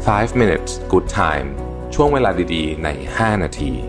5 minutes good time ช่วงเวลาดีๆใน5นาที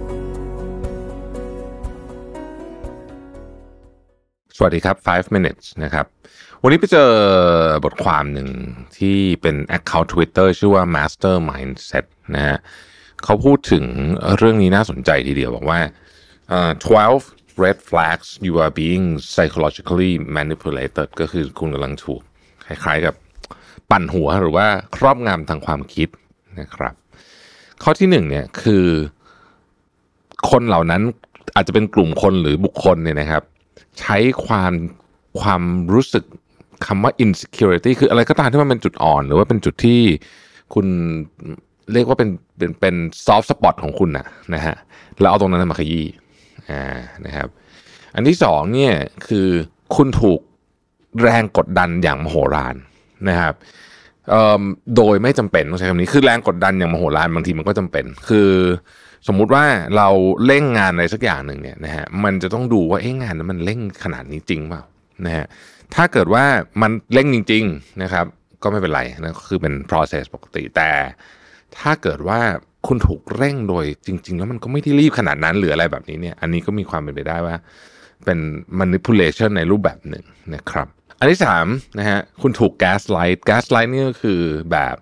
สวัสดีครับ5 minutes นะครับวันนี้ไปเจอบทความหนึ่งที่เป็น account Twitter ชื่อว่า Master Mindset นะฮะเขาพูดถึงเรื่องนี้น่าสนใจทีเดียวบอกว่า12 red flags you are being psychologically manipulated ก็คือคุณกำลังถูกคล้ายๆกับปั่นหัวหรือว่าครอบงำทางความคิดนะครับข้อที่หนึ่งเนี่ยคือคนเหล่านั้นอาจจะเป็นกลุ่มคนหรือบุคคลเนี่ยนะครับใช้ความรู้สึกคำว่า insecurity คืออะไรก็ตามที่มันเป็นจุดอ่อนหรือว่าเป็นจุดที่คุณเรียกว่าเป็น soft spot ของคุณนะฮะแล้วเอาตรงนั้นมาขยี้นะครับอันที่สองเนี่ยคือคุณถูกแรงกดดันอย่างมโหฬารนะครับโดยไม่จำเป็นต้องใช้คำนี้คือแรงกดดันอย่างมโหฬารบางทีมันก็จำเป็นคือสมมุติว่าเราเร่งงานอะไรสักอย่างหนึ่งเนี่ยนะฮะมันจะต้องดูว่างานนั้นมันเร่งขนาดนี้จริงเปล่านะฮะถ้าเกิดว่ามันเร่งจริงๆนะครับก็ไม่เป็นไรนะคือเป็น process ปกติแต่ถ้าเกิดว่าคุณถูกเร่งโดยจริงๆแล้วมันก็ไม่ได้รีบขนาดนั้นหรืออะไรแบบนี้เนี่ยอันนี้ก็มีความเป็นไปได้ว่าเป็น manipulation ในรูปแบบหนึ่งนะครับอันที่สามนะฮะคุณถูก gaslight นี่ก็คือแบบ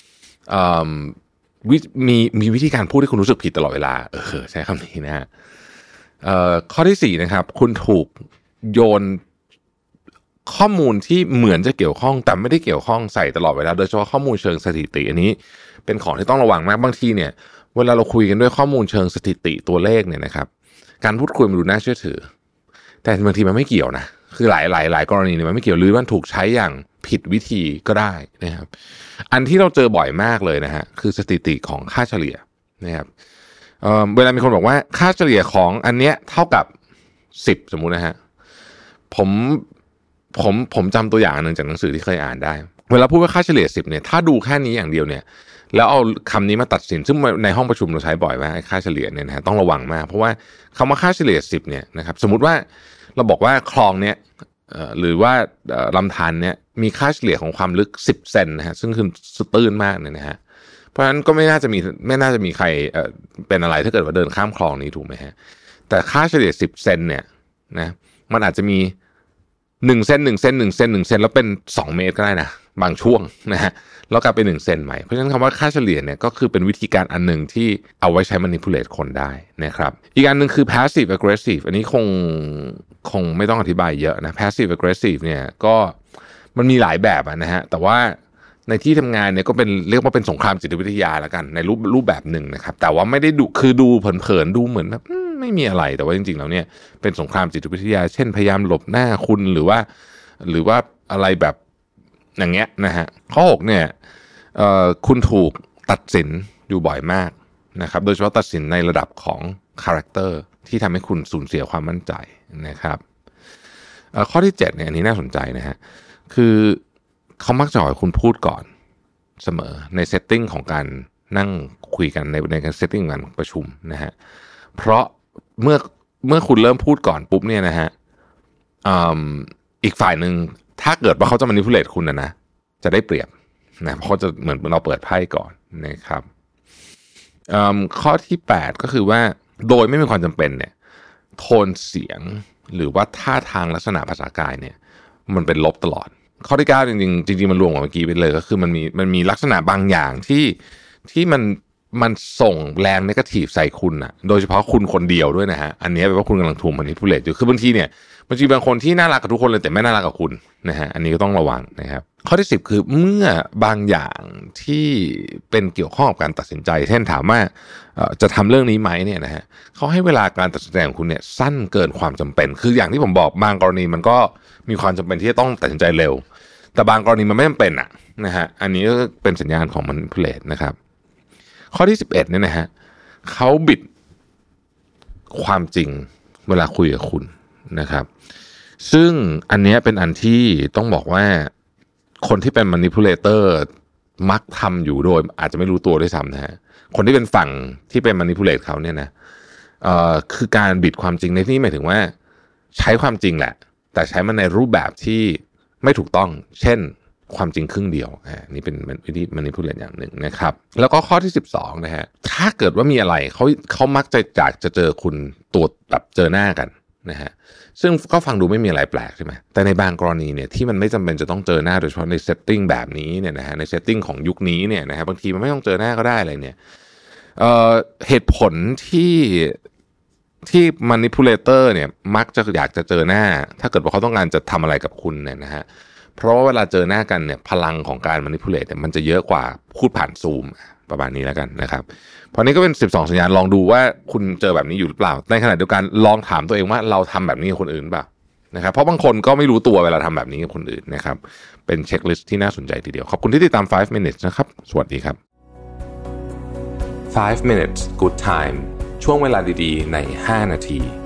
มีวิธีการพูดให้คุณรู้สึกผิดตลอดเวลาใช้คำนี้นะฮะข้อที่สี่นะครับคุณถูกโยนข้อมูลที่เหมือนจะเกี่ยวข้องแต่ไม่ได้เกี่ยวข้องใส่ตลอดเวลาโดยเฉพาะข้อมูลเชิงสถิติอันนี้เป็นของที่ต้องระวังมากบางทีเนี่ยเวลาเราคุยกันด้วยข้อมูลเชิงสถิติตัวเลขเนี่ยนะครับการพูดคุยมันดูน่าเชื่อถือแต่บางทีมันไม่เกี่ยวนะคือหลายกรณีเนี่ยมันไม่เกี่ยวหรือมันถูกใช้อย่างผิดวิธีก็ได้นะครับอันที่เราเจอบ่อยมากเลยนะฮะคือสถิติของค่าเฉลี่ยนะครับเวลามีคนบอกว่าค่าเฉลี่ยของอันเนี้ยเท่ากับ10สมมุตินะฮะผมจำตัวอย่างนึงจากหนังสือที่เคยอ่านได้เวลาพูดว่าค่าเฉลี่ย10เนี่ยถ้าดูแค่นี้อย่างเดียวเนี่ยแล้วเอาคำนี้มาตัดสินซึ่งในห้องประชุมเราใช้บ่อยมากค่าเฉลี่ยเนี่ยนะฮะต้องระวังมากเพราะว่าคำว่าค่าเฉลี่ย10เนี่ยนะครับสมมุติว่าเราบอกว่าคลองเนี้ยหรือว่าลำธารเนี้ยมีค่าเฉลี่ยของความลึก10เซนนะฮะซึ่งคือตื้นมากเนี่ยนะฮะเพราะฉะนั้นก็ไม่น่าจะมีใครเป็นอะไรถ้าเกิดว่าเดินข้ามคลองนี้ถูกไหมฮะแต่ค่าเฉลี่ย10เซนเนี่ยนะมันอาจจะมี1เซนแล้วเป็น2เมตรก็ได้นะบางช่วงนะฮะแล้วกลายเป็น1เซนใหม่เพราะฉะนั้นคำว่าค่าเฉลี่ยเนี่ยก็คือเป็นวิธีการอันหนึ่งที่เอาไว้ใช้ manipulate คนได้นะครับอีกอันหนึ่งคือ passive aggressive อันนี้คงไม่ต้องอธิบายเยอะนะ passive aggressive เนี่ยก็มันมีหลายแบบนะฮะแต่ว่าในที่ทำงานเนี่ยก็เป็นเรียกว่าเป็นสงครามจิตวิทยาแล้วกันในรูปแบบหนึ่งนะครับแต่ว่าไม่ได้ดูเผินๆดูเหมือนแบบไม่มีอะไรแต่ว่าจริงๆแล้วเนี่ยเป็นสงครามจิตวิทยาเช่นพยายามหลบหน้าคุณหรือว่าอะไรแบบอย่างเงี้ยนะฮะข้อ6เนี่ยคุณถูกตัดสินอยู่บ่อยมากนะครับโดยเฉพาะตัดสินในระดับของคาแรคเตอร์ที่ทำให้คุณสูญเสียความมั่นใจนะครับข้อที่7เนี่ยอันนี้น่าสนใจนะฮะคือเขามักจะขอให้คุณพูดก่อนเสมอในเซตติ้งของการนั่งคุยกันในการเซตติ้งการประชุมนะฮะเพราะเมื่อคุณเริ่มพูดก่อนปุ๊บเนี่ยนะฮะอีกฝ่ายหนึ่งถ้าเกิดว่าเขาจะmanipulateคุณนะจะได้เปรียบนะเพราะจะเหมือนเราเปิดไพ่ก่อนนะครับข้อที่8ก็คือว่าโดยไม่มีความจำเป็นเนี่ยโทนเสียงหรือว่าท่าทางลักษณะภาษากายเนี่ยมันเป็นลบตลอดข้อที่9จริงๆมันรวมกับเมื่อกี้ไปเลยก็คือมันมีลักษณะบางอย่างที่มันส่งแรงเนกาทีฟใส่คุณนะโดยเฉพาะคุณคนเดียวด้วยนะฮะอันนี้แปลว่าคุณกำลังถูกmanipulateอยู่คือบางทีเนี่ยบางคนที่น่ารักกับทุกคนเลยแต่ไม่น่ารักกับคุณนะฮะอันนี้ก็ต้องระวังนะครับข้อที่10คือเมื่อบางอย่างที่เป็นเกี่ยวข้องกับการตัดสินใจเช่นถามว่าจะทำเรื่องนี้ไหมเนี่ยนะฮะเขาให้เวลาการตัดสินใจของคุณเนี่ยสั้นเกินความจำเป็นคืออย่างที่ผมบอกบางกรณีมันก็มีความจำเป็นที่จะต้องตัดสินใจเร็วแต่บางกรณีมันไม่จำเป็นนะฮะอันนี้ก็เป็นสัญญาณของ manipulate นะครับข้อที่11เนี่ยนะฮะเขาบิดความจริงเวลาคุยกับคุณนะครับซึ่งอันนี้เป็นอันที่ต้องบอกว่าคนที่เป็น manipulator มักทำอยู่โดยอาจจะไม่รู้ตัวด้วยซ้ำนะฮะคนที่เป็นฝั่งที่เป็น manipulate เขาเนี่ยนะคือการบิดความจริงในที่นี้หมายถึงว่าใช้ความจริงแหละแต่ใช้มันในรูปแบบที่ไม่ถูกต้องเช่นความจริงครึ่งเดียวนี่เป็นวิธี manipulate อย่างหนึ่งนะครับแล้วก็ข้อที่12นะฮะถ้าเกิดว่ามีอะไรเขามักจะอยากจะเจอคุณตัวแบบเจอหน้ากันนะฮะซึ่งก็ฟังดูไม่มีอะไรแปลกใช่ไหมแต่ในบางกรณีเนี่ยที่มันไม่จำเป็นจะต้องเจอหน้าโดยเฉพาะในเซตติ้งแบบนี้เนี่ยนะฮะในเซตติ้งของยุคนี้เนี่ยนะฮะบางทีมันไม่ต้องเจอหน้าก็ได้อะไรเนี่ยเหตุผลที่ manipulator เนี่ยมักจะอยากจะเจอหน้าถ้าเกิดว่าเขาต้องการจะทำอะไรกับคุณเนี่ยนะฮะเพราะว่าเวลาเจอหน้ากันเนี่ยพลังของการ manipulate เนี่ยมันจะเยอะกว่าพูดผ่านซูมประมาณนี้แล้วกันนะครับเพราะนี้ก็เป็น12สัญญาณลองดูว่าคุณเจอแบบนี้อยู่หรือเปล่าในขณะเดียวกันลองถามตัวเองว่าเราทำแบบนี้กับคนอื่นเปล่านะครับเพราะบางคนก็ไม่รู้ตัวเวลาทำแบบนี้กับคนอื่นนะครับเป็นเช็คลิสต์ที่น่าสนใจทีเดียวขอบคุณที่ติดตาม5 minutes นะครับสวัสดีครับ5 minutes good time ช่วงเวลาดีๆใน5นาที